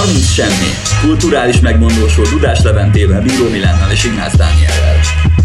30 semmi. Kulturális megmondósról Dudás Leventével, Bíró Milánnal és Ignác Dániellel.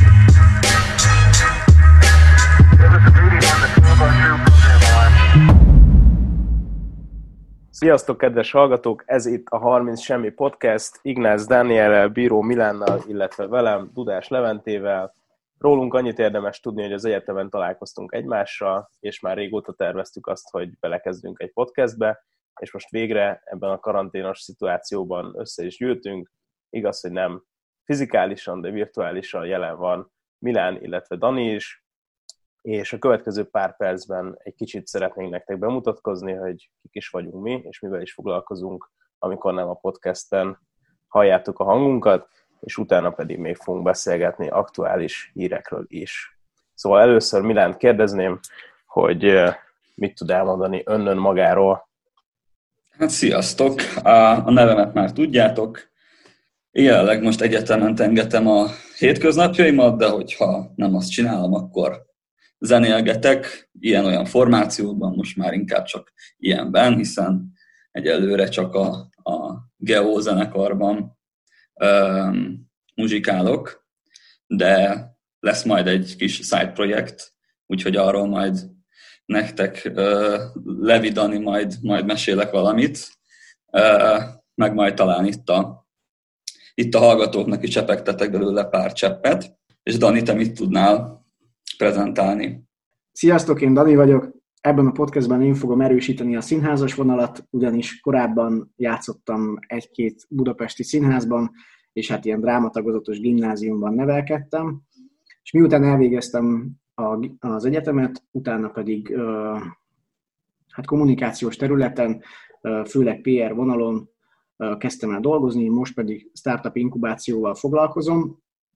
Sziasztok, kedves hallgatók! Ez itt a 30 semmi podcast Ignác Dániellel, Bíró Milánnal, illetve velem, Dudás Leventével. Rólunk annyit érdemes tudni, hogy az egyetemen találkoztunk egymással, és már régóta terveztük azt, hogy belekezdünk egy podcastbe, és most végre ebben a karanténos szituációban össze is gyűltünk. Igaz, hogy nem fizikálisan, de virtuálisan jelen van Milán, illetve Dani is, és a következő pár percben egy kicsit szeretnénk nektek bemutatkozni, hogy kik is vagyunk mi, és mivel is foglalkozunk, amikor nem a podcasten halljátok a hangunkat, és utána pedig még fogunk beszélgetni aktuális hírekről is. Szóval először Milánt kérdezném, hogy mit tud elmondani önnön magáról. Hát sziasztok! A nevemet már tudjátok. Jelenleg most egyetemen tengetem a hétköznapjaimat, de hogyha nem azt csinálom, akkor zenélgetek ilyen-olyan formációban, most már inkább csak ilyenben, hiszen egyelőre csak a Geo zenekarban muzsikálok, de lesz majd egy kis side projekt, úgyhogy arról majd nektek Levi Dani majd mesélek valamit, meg majd talán itt a hallgatóknak is csepegtetek belőle pár cseppet. És Dani, te mit tudnál prezentálni? Sziasztok, én Dani vagyok. Ebben a podcastben én fogom erősíteni a színházas vonalat, ugyanis korábban játszottam egy-két budapesti színházban, és hát ilyen drámatagozatos gimnáziumban nevelkedtem. És miután elvégeztem az egyetemet, utána pedig kommunikációs területen, főleg PR vonalon kezdtem el dolgozni, most pedig startup inkubációval foglalkozom.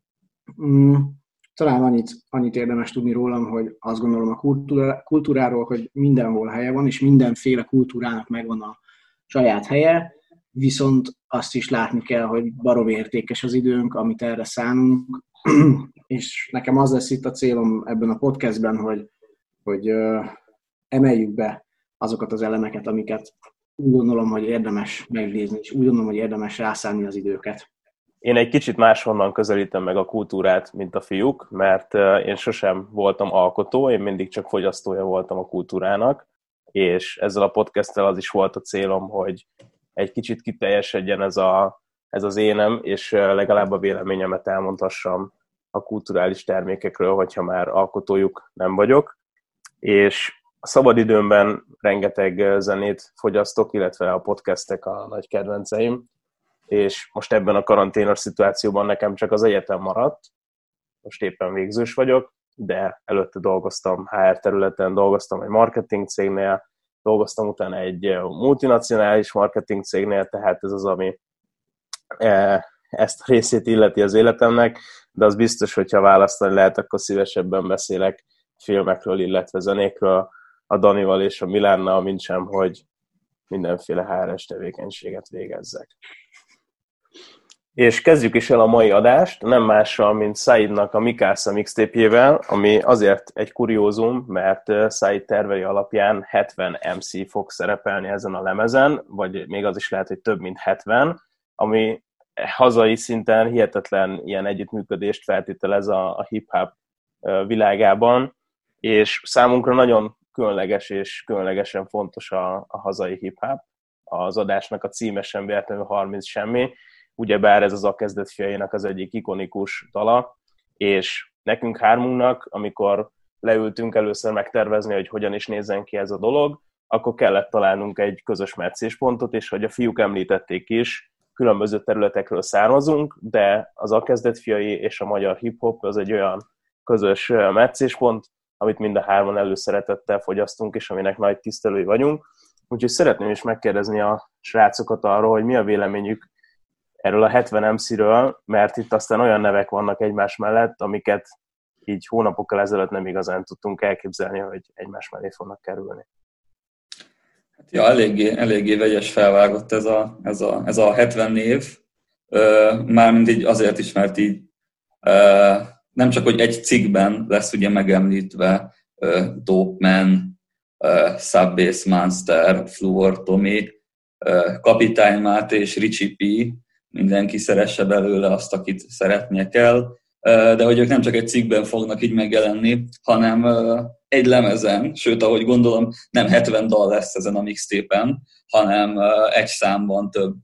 Talán annyit érdemes tudni rólam, hogy azt gondolom a kultúráról, hogy mindenhol helye van, és mindenféle kultúrának megvan a saját helye, viszont azt is látni kell, hogy baromi értékes az időnk, amit erre szánunk, és nekem az lesz itt a célom ebben a podcastben, hogy emeljük be azokat az elemeket, amiket úgy gondolom, hogy érdemes megnézni, és úgy gondolom, hogy érdemes rászánni az időket. Én egy kicsit máshonnan közelítem meg a kultúrát, mint a fiúk, mert én sosem voltam alkotó, én mindig csak fogyasztója voltam a kultúrának, és ezzel a podcasttel az is volt a célom, hogy egy kicsit kiteljesedjen ez az énem, és legalább a véleményemet elmondhassam a kulturális termékekről, hogyha már alkotójuk nem vagyok. És a szabadidőmben rengeteg zenét fogyasztok, illetve a podcastek a nagy kedvenceim, és most ebben a karanténos szituációban nekem csak az egyetem maradt. Most éppen végzős vagyok, de előtte dolgoztam HR területen, dolgoztam egy marketing cégnél, dolgoztam utána egy multinacionális marketing cégnél, tehát ez az, ami ezt a részét illeti az életemnek, de az biztos, hogyha választani lehet, akkor szívesebben beszélek filmekről, illetve zenékről a Danival és a Milánnal, mint sem, hogy mindenféle HR-es tevékenységet végezzek. És kezdjük is el a mai adást, nem mással, mint Saidnak a Mikasa mixtape-jével, ami azért egy kuriózum, mert Said tervei alapján 70 MC fog szerepelni ezen a lemezen, vagy még az is lehet, hogy több mint 70, ami hazai szinten hihetetlen ilyen együttműködést feltételez a hip-hop világában, és számunkra nagyon különleges és különlegesen fontos a hazai hip-hop. Az adásnak a címe sem véletlenül 30 semmi, ugyebár ez az A kezdet fiainak az egyik ikonikus dala, és nekünk hármunknak, amikor leültünk először megtervezni, hogy hogyan is nézzen ki ez a dolog, akkor kellett találnunk egy közös meccéspontot, és hogy a fiúk említették is, különböző területekről származunk, de az A kezdet fiai és a magyar hip-hop az egy olyan közös meccéspont, amit mind a hárman előszeretettel fogyasztunk, és aminek nagy tisztelői vagyunk. Úgyhogy szeretném is megkérdezni a srácokat arról, hogy mi a véleményük erről a 70 MC-ről, mert itt aztán olyan nevek vannak egymás mellett, amiket így hónapokkal ezelőtt nem igazán tudtunk elképzelni, hogy egymás mellé fognak kerülni. Hát ja, eléggé vegyes felvágott ez a 70 név, mármint így azért is, mert így nem csak, hogy egy cikkben lesz ugye megemlítve Dope Man, Sub Bass Monster, Fluor Tommy, Kapitány Máté és Ricsi P. Mindenki szeresse belőle azt, akit szeretnie kell, de hogy ők nem csak egy cikkben fognak így megjelenni, hanem egy lemezen, sőt, ahogy gondolom, nem 70 dal lesz ezen a mixtapen, hanem egy számban több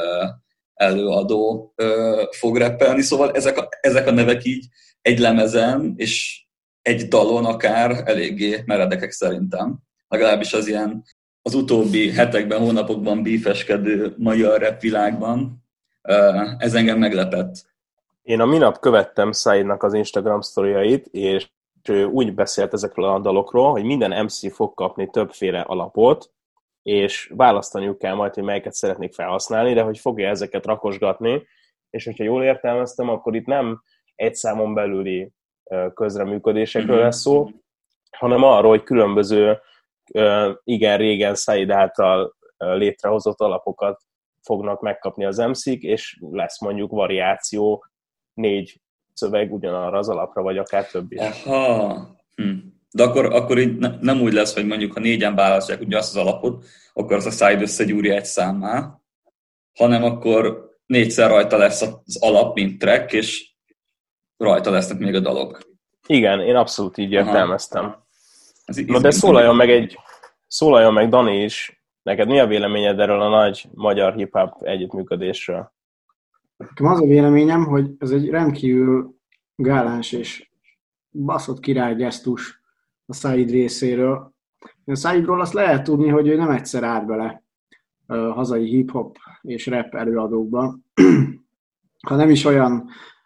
előadó fog rappelni, szóval ezek a nevek így egy lemezen, és egy dalon akár eléggé meredekek szerintem. Legalábbis az ilyen az utóbbi hetekben, hónapokban bífeskedő magyar rap világban. Ez engem meglepett. Én a minap követtem Saidnak az Instagram sztoriait, és ő úgy beszélt ezekről a dalokról, hogy minden MC fog kapni többféle alapot, és választaniuk kell majd, hogy melyiket szeretnék felhasználni, de hogy fogja ezeket rakosgatni, és hogyha jól értelmeztem, akkor itt nem egy számon belüli közreműködésekről lesz szó, hanem arról, hogy különböző igen régen Said által létrehozott alapokat fognak megkapni az MC-k, és lesz mondjuk variáció 4 szöveg ugyanarra az alapra, vagy akár több is. Aha. De akkor így nem úgy lesz, hogy mondjuk, ha 4-en választják ugye azt az alapot, akkor az a Said összegyúrja egy számmá, hanem akkor 4-szer rajta lesz az alap, mint track, és rajta lesznek még a dalok. Igen, én abszolút így értelmeztem. Na de szólaljon meg Dani is. Neked mi a véleményed erről a nagy magyar hip-hop együttműködésről? Nekem az a véleményem, hogy ez egy rendkívül gáláns és baszott király gesztus a Said részéről. A Saidról azt lehet tudni, hogy ő nem egyszer állt bele hazai hip-hop és rap előadókba, ha nem is olyan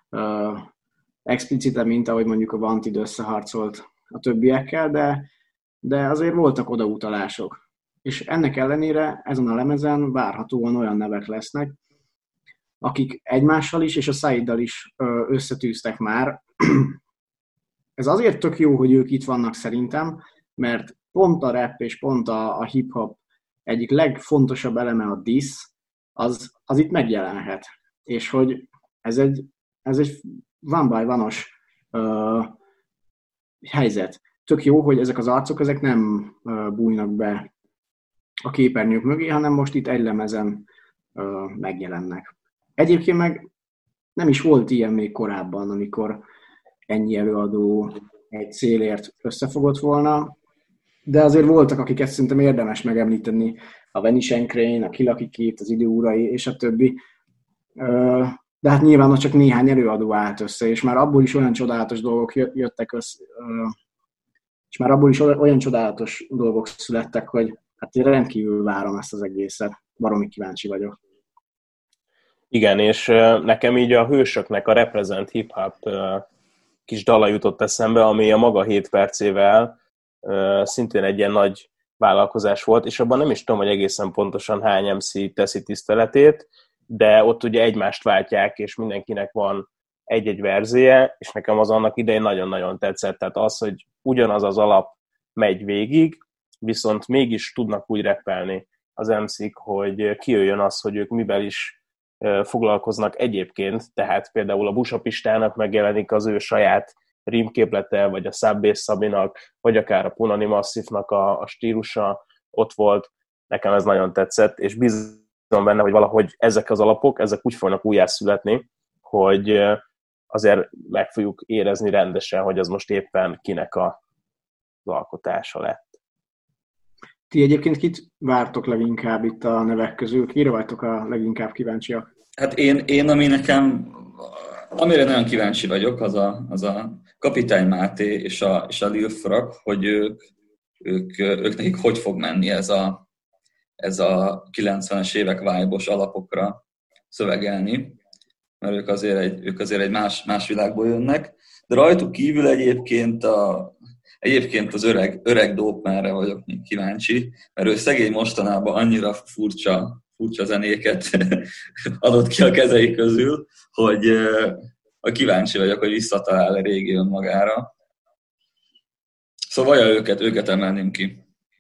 explicite, mint ahogy mondjuk a Vantid összeharcolt a többiekkel, de azért voltak odautalások. És ennek ellenére ezen a lemezen várhatóan olyan nevek lesznek, akik egymással is és a Saiddal is összetűztek már. Ez azért tök jó, hogy ők itt vannak szerintem, mert pont a rap és pont a hip-hop egyik legfontosabb eleme a diss, az itt megjelenhet. És hogy ez egy one by one-os helyzet. Tök jó, hogy ezek az arcok ezek nem bújnak be a képernyők mögé, hanem most itt egy lemezen megjelennek. Egyébként meg nem is volt ilyen még korábban, amikor ennyi előadó egy célért összefogott volna, de azért voltak, akiket szerintem érdemes megemlíteni, a Venetian Crane, a Kilaki Kid, az Idő urai, és a többi. De hát nyilván csak néhány előadó állt össze, és már abból is olyan csodálatos dolgok jöttek össze, és már abból is olyan csodálatos dolgok születtek, hogy hát én rendkívül várom ezt az egészet. Baromi kíváncsi vagyok. Igen, és nekem így a Hősöknek a Represent Hip-Hop kis dala jutott eszembe, ami a maga 7 percével szintén egy ilyen nagy vállalkozás volt, és abban nem is tudom, hogy egészen pontosan hány MC teszi tiszteletét, de ott ugye egymást váltják, és mindenkinek van egy-egy verzéje, és nekem az annak idején nagyon-nagyon tetszett. Tehát az, hogy ugyanaz az alap megy végig, viszont mégis tudnak úgy rappelni az MC-k, hogy kijöjjön az, hogy ők mivel is foglalkoznak egyébként, tehát például a Busapistának megjelenik az ő saját rímképlete, vagy a Subbase Szabinak, vagy akár a Punani Masszívnak a stílusa ott volt. Nekem ez nagyon tetszett, és bízom benne, hogy valahogy ezek az alapok, ezek úgy fognak újjászületni, hogy azért meg fogjuk érezni rendesen, hogy az most éppen kinek az alkotása lett. Ti egyébként kit vártok leginkább itt a nevek közül? Kire vagytok a leginkább kíváncsiak? Hát én amire nagyon kíváncsi vagyok, az a Kapitány Máté és a Lil Frak, hogy ők nekik hogy fog menni ez a 90-es évek vibe-os alapokra szövegelni, mert ők azért egy más világból jönnek. De rajtuk kívül egyébként az öreg Dopemanre vagyok még kíváncsi, mert ő szegény mostanában annyira furcsa zenéket adott ki a kezei közül, hogy kíváncsi vagyok, hogy visszatalál-e régi önmagára. Szóval őket emelném ki.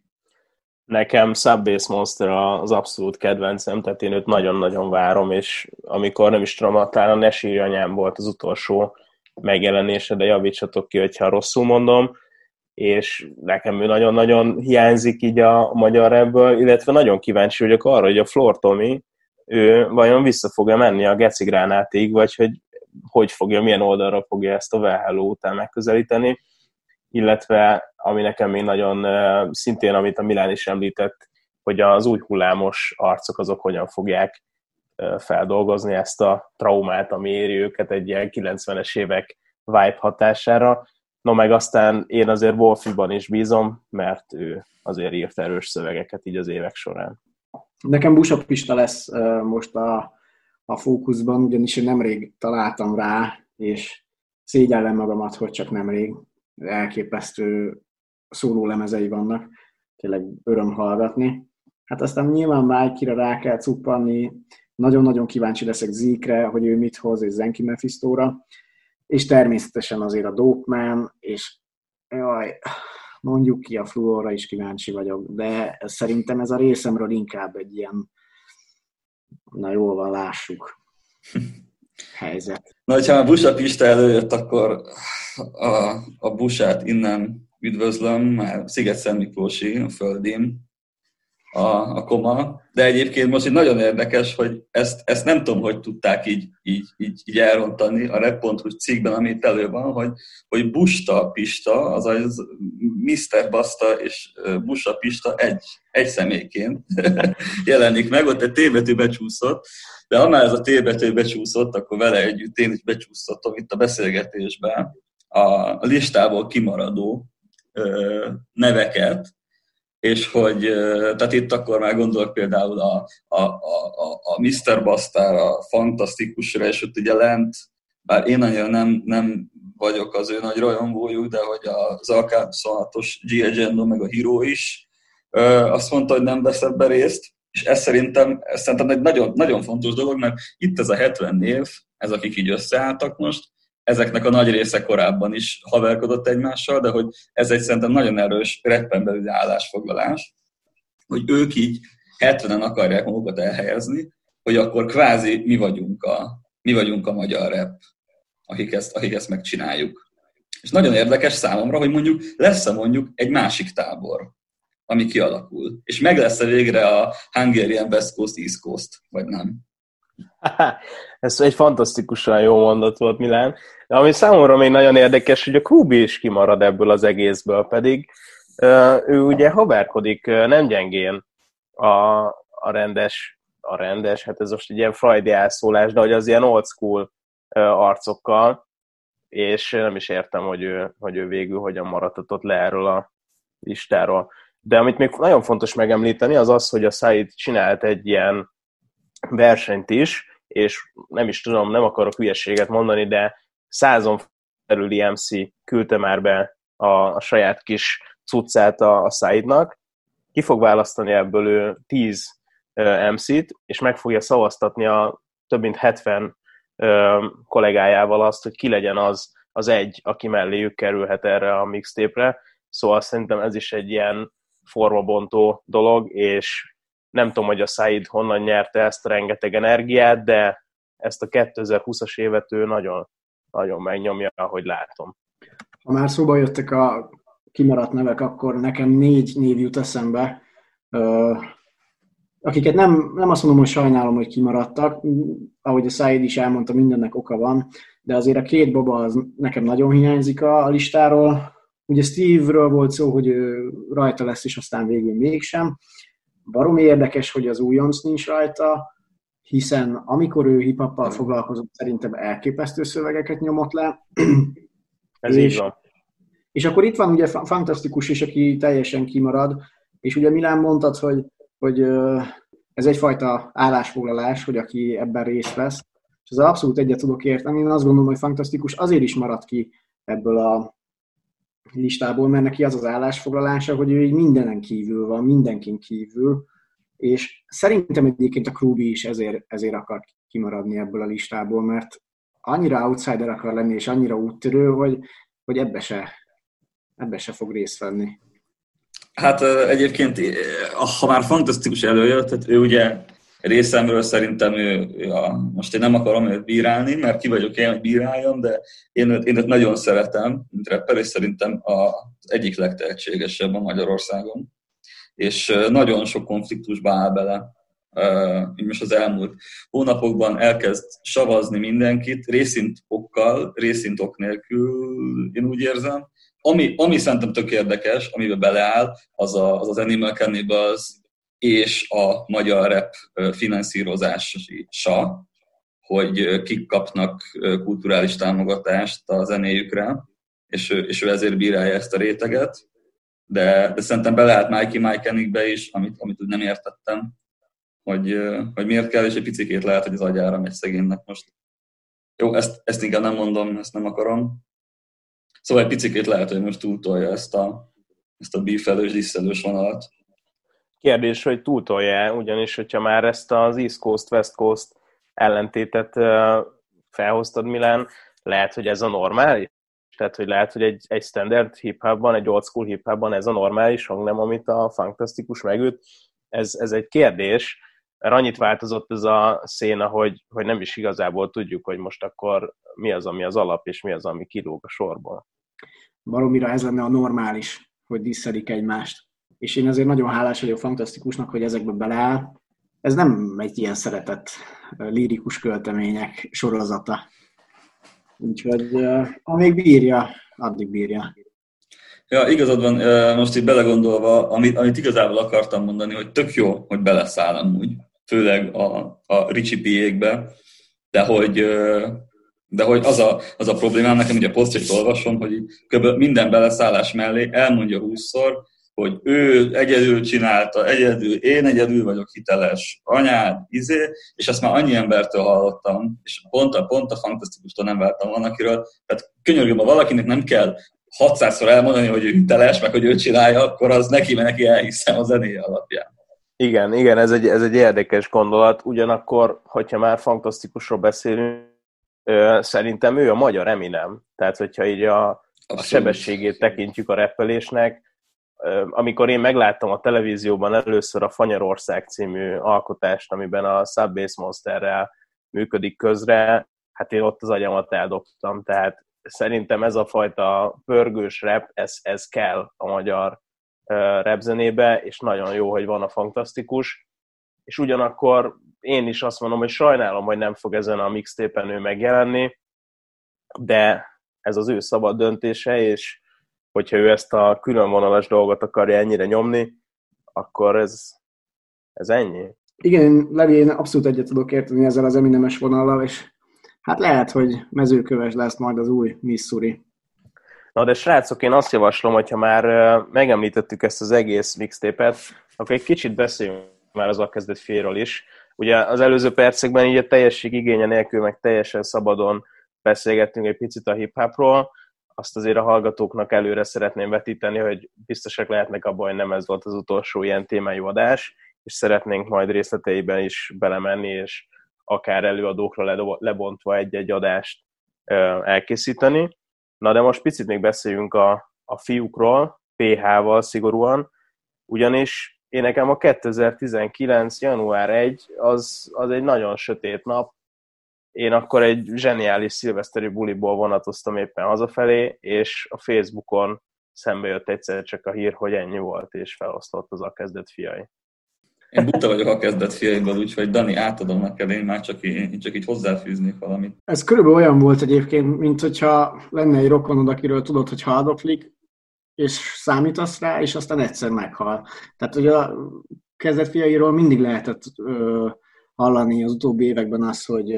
Nekem Subbase Monster az abszolút kedvencem, tehát én őt nagyon-nagyon várom, és amikor nem is tudom, talán a Ne sírj anyám volt az utolsó megjelenése, de javítsatok ki, hogyha rosszul mondom. és nekem ő nagyon-nagyon hiányzik így a magyar rapből, illetve nagyon kíváncsi vagyok arra, hogy a Floor Tommy, ő vajon vissza fogja menni a Geci Gránátig, vagy hogy fogja, milyen oldalra fogja ezt a Well Hello után megközelíteni, illetve ami nekem még nagyon szintén, amit a Milán is említett, hogy az új hullámos arcok azok hogyan fogják feldolgozni ezt a traumát, ami éri őket egy ilyen 90-es évek vibe hatására. No meg aztán én azért Wolfiban is bízom, mert ő azért írt erős szövegeket így az évek során. Nekem Busa Pista lesz most a fókuszban, ugyanis én nemrég találtam rá, és szégyellem magamat, hogy csak nemrég. Elképesztő szólólemezei vannak, tényleg öröm hallgatni. Hát aztán nyilván Mikey-ra rá kell cuppanni, nagyon-nagyon kíváncsi leszek Zeke-re, hogy ő mit hoz, és Zenki Mephistóra, és természetesen azért a Dope Man, és jaj, mondjuk ki, a Fluorra is kíváncsi vagyok, de szerintem ez a részemről inkább egy ilyen, na jól van, lássuk, helyzet. Na, hogyha a Busa Pista előjött, akkor a Busát innen üdvözlöm, már Sziget-Szent Miklósi, a földim, a Koma, de egyébként most így nagyon érdekes, hogy ezt nem tudom, hogy tudták így elrontani a rap.hu cikkben, amit elő van, hogy Busta Pista, azaz Mr. Basta és Busa Pista egy személyként jelenik meg, ott egy T-betű becsúszott, de ha már ez a T-betű becsúszott, akkor vele együtt én is becsúsztatom itt a beszélgetésben a listából kimaradó neveket, és hogy, tehát itt akkor már gondolok például a Mr. Bastára, a Fantasztikusra, és ott ugye lent, bár én annyira nem vagyok az ő nagy rajongójuk, de hogy az AK-26-os G. Agenda, meg a Hero is azt mondta, hogy nem vesz ebbe részt, és ez szerintem egy nagyon, nagyon fontos dolog, mert itt ez a 70 név, ez akik így összeálltak most, ezeknek a nagy része korábban is haverkodott egymással, de hogy ez egy szerintem nagyon erős rappen belüli állásfoglalás, hogy ők így 70-en akarják magukat elhelyezni, hogy akkor kvázi mi vagyunk a magyar rap, akik ezt megcsináljuk. És nagyon érdekes számomra, hogy mondjuk lesz-e mondjuk egy másik tábor, ami kialakul, és meg lesz-e végre a Hungarian West Coast, East Coast, vagy nem? Ez egy fantasztikusan jó mondat volt, Milán. De ami számomra még nagyon érdekes, hogy a Kubi is kimarad ebből az egészből, pedig ő ugye haverkodik nem gyengén a rendes, hát ez most egy ilyen freudi elszólás, de hogy az ilyen old school arcokkal, és nem is értem, hogy ő végül hogyan maradhatott le erről a listáról. De amit még nagyon fontos megemlíteni, az az, hogy a Said csinált egy ilyen versenyt is, és nem is tudom, nem akarok hülyeséget mondani, de 100-on felüli MC küldte már be a saját kis cuccát a Saidnak. Ki fog választani ebből ő 10 MC-t, és meg fogja szavaztatni a több mint 70 kollégájával azt, hogy ki legyen az egy, aki melléjük kerülhet erre a mixtape-re. Szóval szerintem ez is egy ilyen formabontó dolog, és nem tudom, hogy a Said honnan nyerte ezt a rengeteg energiát, de ezt a 2020-as évet ő nagyon, nagyon megnyomja, ahogy látom. Ha már szóba jöttek a kimaradt nevek, akkor nekem 4 név jut eszembe, akiket nem azt mondom, hogy sajnálom, hogy kimaradtak, ahogy a Said is elmondta, mindennek oka van, de azért a 2 baba az nekem nagyon hiányzik a listáról. Ugye Steve-ről volt szó, hogy ő rajta lesz, és aztán végül mégsem. Baromi érdekes, hogy az újonc nincs rajta, hiszen amikor ő hip-hoppal foglalkozott, szerintem elképesztő szövegeket nyomott le. Ez így van. És akkor itt van ugye Fantasztikus is, aki teljesen kimarad, és ugye Milán mondtad, hogy ez egyfajta állásfoglalás, hogy aki ebben részt vesz, és ezzel abszolút egyet tudok érteni. Én azt gondolom, hogy Fantasztikus azért is maradt ki ebből a listából, mert neki az állásfoglalása, hogy ő így mindenen kívül van, mindenkin kívül, és szerintem egyébként a Krubi is ezért akar kimaradni ebből a listából, mert annyira outsider akar lenni, és annyira úttörő, hogy ebbe se fog részt venni. Hát egyébként, ha már Fantasztikus előjött, tehát ő ugye Részemről szerintem most én nem akarom őt bírálni, mert ki vagyok én, hogy bíráljam, de én őt nagyon szeretem, mint rapper, és szerintem az egyik legtehetségesebb a Magyarországon. És nagyon sok konfliktusba áll bele. Így most az elmúlt hónapokban elkezd savazni mindenkit, részint okkal, részint ok nélkül, én úgy érzem. Ami szerintem tök érdekes, amiben beleáll, az az Animal Cannibals és a magyar rap finanszírozása, hogy kik kapnak kulturális támogatást a zenéjükre, és ő ezért bírálja ezt a réteget. De szerintem beleállt Mikey Mike Enigbe is, amit úgy nem értettem, hogy miért kell, és egy picikét lehet, hogy az agyára megy szegénynek most. Jó, ezt inkább nem mondom, ezt nem akarom. Szóval egy picikét lehet, hogy most túltolja ezt a beefelős, disszelős vonalat. Kérdés, hogy túltolja, ugyanis, hogyha már ezt az East Coast, West Coast ellentétet felhoztad, Milán, lehet, hogy ez a normális? Tehát, hogy lehet, hogy egy standard hip-hopban, egy old school hip-hopban ez a normális hangnem, amit a Funktastikus megüt. Ez egy kérdés, mert annyit változott ez a széna, hogy nem is igazából tudjuk, hogy most akkor mi az, ami az alap, és mi az, ami kilóg a sorból. Baromira ez lenne a normális, hogy disszelik egymást. És én azért nagyon hálás vagyok Funktastikusnak, hogy ezekbe beleáll. Ez nem egy ilyen szeretett lírikus költemények sorozata. Úgyhogy amíg bírja, addig bírja. Ja, igazad van, most így belegondolva, amit igazából akartam mondani, hogy tök jó, hogy beleszáll amúgy, főleg a Ricsi Piékbe, de hogy az a problémám, nekem ugye a posztjait olvasom, hogy kb. Minden beleszállás mellé elmondja 20-szor, hogy ő egyedül csinálta, én egyedül vagyok hiteles, anyád, és ezt már annyi embertől hallottam, és pont a Funktastikusról nem vártam van, akiről, tehát könyörgöm, ha valakinek nem kell 600-szor elmondani, hogy ő hiteles, meg hogy ő csinálja, akkor az neki elhiszem a zenéje alapján. Igen, ez egy érdekes gondolat, ugyanakkor, hogyha már Funktastikusról beszélünk, szerintem ő a magyar Eminem, tehát hogyha így a sebességét tekintjük a rappelésnek, amikor én megláttam a televízióban először a Fanyarország című alkotást, amiben a Subway Monsterrel működik közre, hát én ott az agyamat eldobtam, tehát szerintem ez a fajta pörgős rap, ez kell a magyar rapzenébe, és nagyon jó, hogy van a Funktastikus, és ugyanakkor én is azt mondom, hogy sajnálom, hogy nem fog ezen a mixtapen ő megjelenni, de ez az ő szabad döntése, és hogyha ő ezt a különvonalas dolgot akarja ennyire nyomni, akkor ez ennyi. Igen, Levi, én abszolút egyet tudok érteni ezzel az Eminemes vonallal, és hát lehet, hogy Mezőköves lesz majd az új Missouri. Na de srácok, én azt javaslom, hogyha már megemlítettük ezt az egész mixtépet, akkor egy kicsit beszéljünk már az A kezdet fiairól is. Ugye az előző percekben így a teljesség igénye nélkül, meg teljesen szabadon beszélgettünk egy picit a hip-hopról, azt azért a hallgatóknak előre szeretném vetíteni, hogy biztosak lehetnek abban, hogy nem ez volt az utolsó ilyen témájú adás, és szeretnénk majd részleteiben is belemenni, és akár előadókra lebontva egy-egy adást elkészíteni. Na de most picit még beszéljünk a fiúkról, PH-val szigorúan, ugyanis én nekem a 2019. január 1 az egy nagyon sötét nap. Én akkor egy zseniális szilveszteri buliból vonatoztam éppen hazafelé, és a Facebookon szembe jött egyszer csak a hír, hogy ennyi volt, és feloszlott az A kezdet fiai. Én buta vagyok A kezdet fiaiból, úgyhogy Dani, átadom neked, én csak így hozzáfűznék valamit. Ez körülbelül olyan volt egyébként, mint hogyha lenne egy rokonod, akiről tudod, hogy haldoklik, és számítasz rá, és aztán egyszer meghal. Tehát ugye a kezdet fiairól mindig lehetett hallani az utóbbi években azt, hogy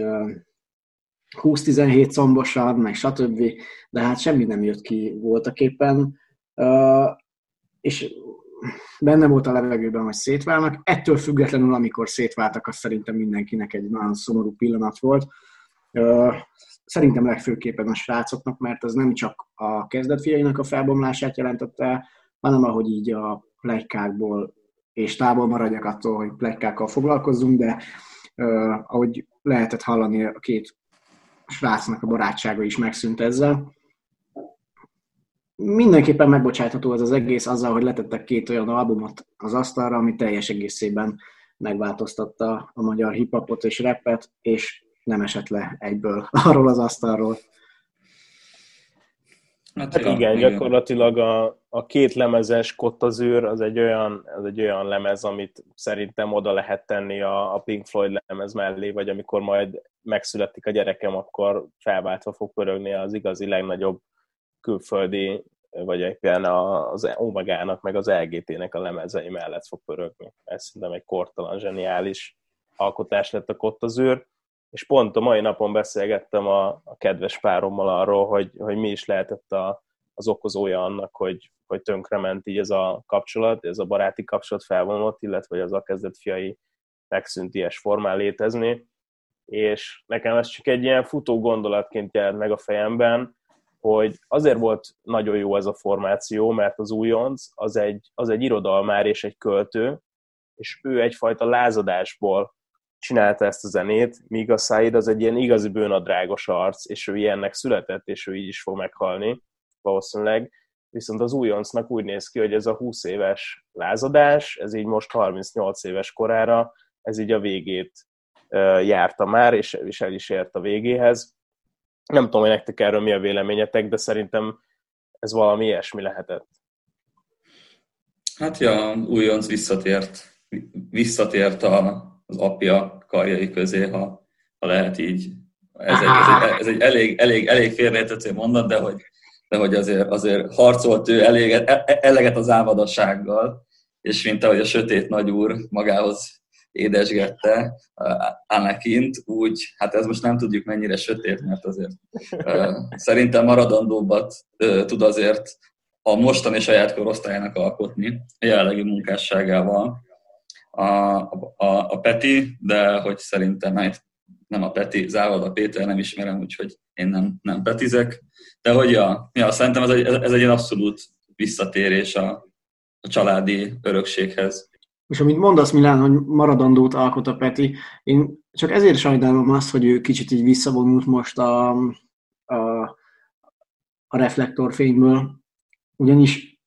20-17 combosan, meg stb., de hát semmi nem jött ki voltaképpen, és benne volt a levegőben, hogy szétválnak. Ettől függetlenül, amikor szétváltak, az szerintem mindenkinek egy nagyon szomorú pillanat volt. Szerintem legfőképpen a srácoknak, mert az nem csak a kezdetfiainak a felbomlását jelentette, hanem ahogy így a pletykákból, és távol maradjak attól, hogy pletykákkal foglalkozzunk, de ahogy lehetett hallani, a két srácnak a barátsága is megszűnt ezzel. Mindenképpen megbocsátható az egész azzal, hogy letettek két olyan albumot az asztalra, ami teljes egészében megváltoztatta a magyar hip-hopot és rappet, és nem esett le egyből arról az asztalról. Hát igen, gyakorlatilag a két lemezes Kottazűr az egy olyan lemez, amit szerintem oda lehet tenni a Pink Floyd lemez mellé, vagy amikor majd megszületik a gyerekem, akkor felváltva fog pörögni az igazi legnagyobb külföldi, vagy éppen az Omegának, meg az LGT-nek a lemezei mellett fog pörögni. Ez szerintem egy kortalan, zseniális alkotás lett a Kottazűr. És pont a mai napon beszélgettem a kedves párommal arról, hogy mi is lehetett az okozója annak, hogy tönkrement így ez a kapcsolat, ez a baráti kapcsolat felvonult, illetve az a kezdett fiai megszűnt ilyes formán létezni. És nekem ez csak egy ilyen futó gondolatként jelent meg a fejemben, hogy azért volt nagyon jó ez a formáció, mert az újonc az egy irodalmár és egy költő, és ő egyfajta lázadásból csinálta ezt a zenét, míg a Said az egy ilyen igazi bőnadrágos arc, és ő ilyennek született, és ő így is fog meghalni, valószínűleg. Viszont az újoncnak úgy néz ki, hogy ez a 20 éves lázadás, ez így most 38 éves korára, ez így a végét járta már, és el is ért a végéhez. Nem tudom, hogy nektek erről mi a véleményetek, de szerintem ez valami ilyesmi lehetett. Hát ja, újonc visszatért az apja karjai közé, ha lehet így. Ez egy elég félreérthető mondat, de hogy azért harcolt ő eleget az ávadassággal, és mint ahogy a sötét nagyúr magához édesgette Anakint, úgy, hát ez most nem tudjuk mennyire sötét, mert azért szerintem maradandóbbat tud azért a mostani saját korosztályának alkotni, a jelenlegi munkásságával a Peti, de hogy szerintem nem a Peti, Závoda Péter nem ismerem, úgyhogy én nem petizek, de hogy szerintem ez egy abszolút visszatérés a családi örökséghez. És amit mondasz, Milán, hogy maradandót alkot a Peti, én csak ezért sajnálom azt, hogy ő kicsit így visszavonult most a reflektorfényből, ugyanis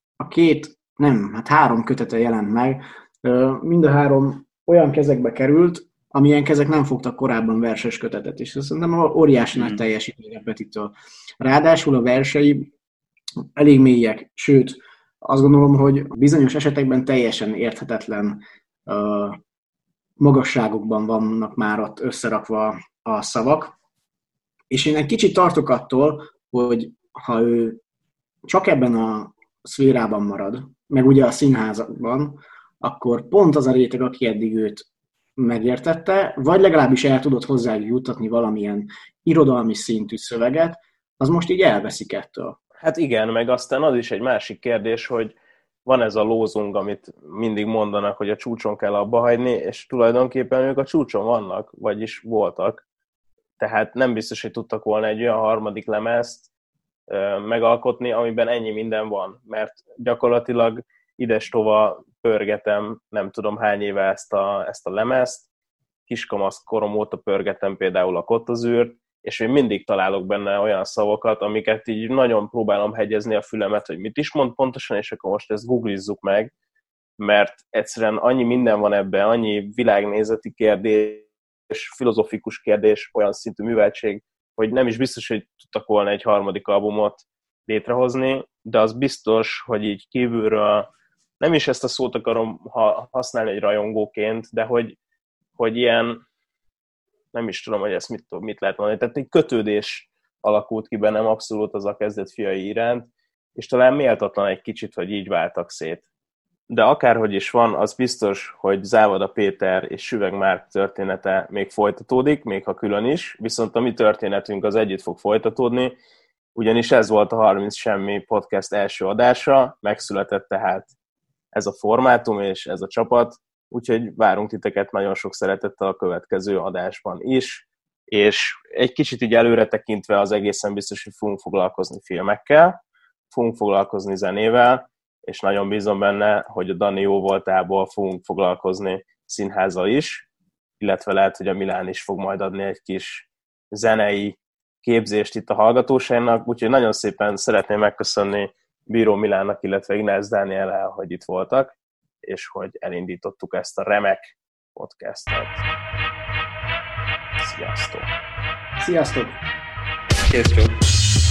három kötete jelent meg, mind a három olyan kezekbe került, amilyen kezek nem fogtak korábban verses kötetet, és szerintem óriási nagy teljesítmény a Petitől. Ráadásul a versei elég mélyek, sőt, azt gondolom, hogy bizonyos esetekben teljesen érthetetlen magasságokban vannak már ott összerakva a szavak, és én egy kicsit tartok attól, hogy ha ő csak ebben a szférában marad, meg ugye a színházakban, akkor pont az a réteg, aki eddig őt megértette, vagy legalábbis el tudott hozzájuk juttatni valamilyen irodalmi szintű szöveget, az most így elveszik ettől. Hát igen, meg aztán az is egy másik kérdés, hogy van ez a lózung, amit mindig mondanak, hogy a csúcson kell abba hagyni, és tulajdonképpen ők a csúcson vannak, vagyis voltak. Tehát nem biztos, hogy tudtak volna egy olyan harmadik lemezt megalkotni, amiben ennyi minden van, mert gyakorlatilag ides-tova pörgetem, nem tudom hány éve ezt a lemezt, kiskamasz korom óta pörgetem például a Kottazűrt, és én mindig találok benne olyan szavakat, amiket így nagyon próbálom hegyezni a fülemet, hogy mit is mond pontosan, és akkor most ezt googlizzuk meg, mert egyszerűen annyi minden van ebben, annyi világnézeti kérdés, filozofikus kérdés, olyan szintű műveltség, hogy nem is biztos, hogy tudtak volna egy harmadik albumot létrehozni, de az biztos, hogy így kívülről, nem is ezt a szót akarom használni egy rajongóként, de hogy ilyen, nem is tudom, hogy ezt mit lehet mondani. Tehát egy kötődés alakult ki bennem abszolút az a kezdett fiai iránt, és talán méltatlan egy kicsit, hogy így váltak szét. De akárhogy is van, az biztos, hogy Závoda Péter és Süvegh Márk története még folytatódik, még ha külön is, viszont a mi történetünk az együtt fog folytatódni, ugyanis ez volt a 30 Semmi podcast első adása, megszületett tehát ez a formátum és ez a csapat, úgyhogy várunk titeket nagyon sok szeretettel a következő adásban is, és egy kicsit így előre tekintve az egészen biztos, hogy fogunk foglalkozni filmekkel, fogunk foglalkozni zenével, és nagyon bízom benne, hogy a Dani jó voltából fogunk foglalkozni színházzal is, illetve lehet, hogy a Milán is fog majd adni egy kis zenei képzést itt a hallgatóságnak, úgyhogy nagyon szépen szeretném megköszönni Bíró Milánnak, illetve Ignász Dániellel, hogy itt voltak, és hogy elindítottuk ezt a remek podcastet. Sziasztok! Sziasztok! Kész,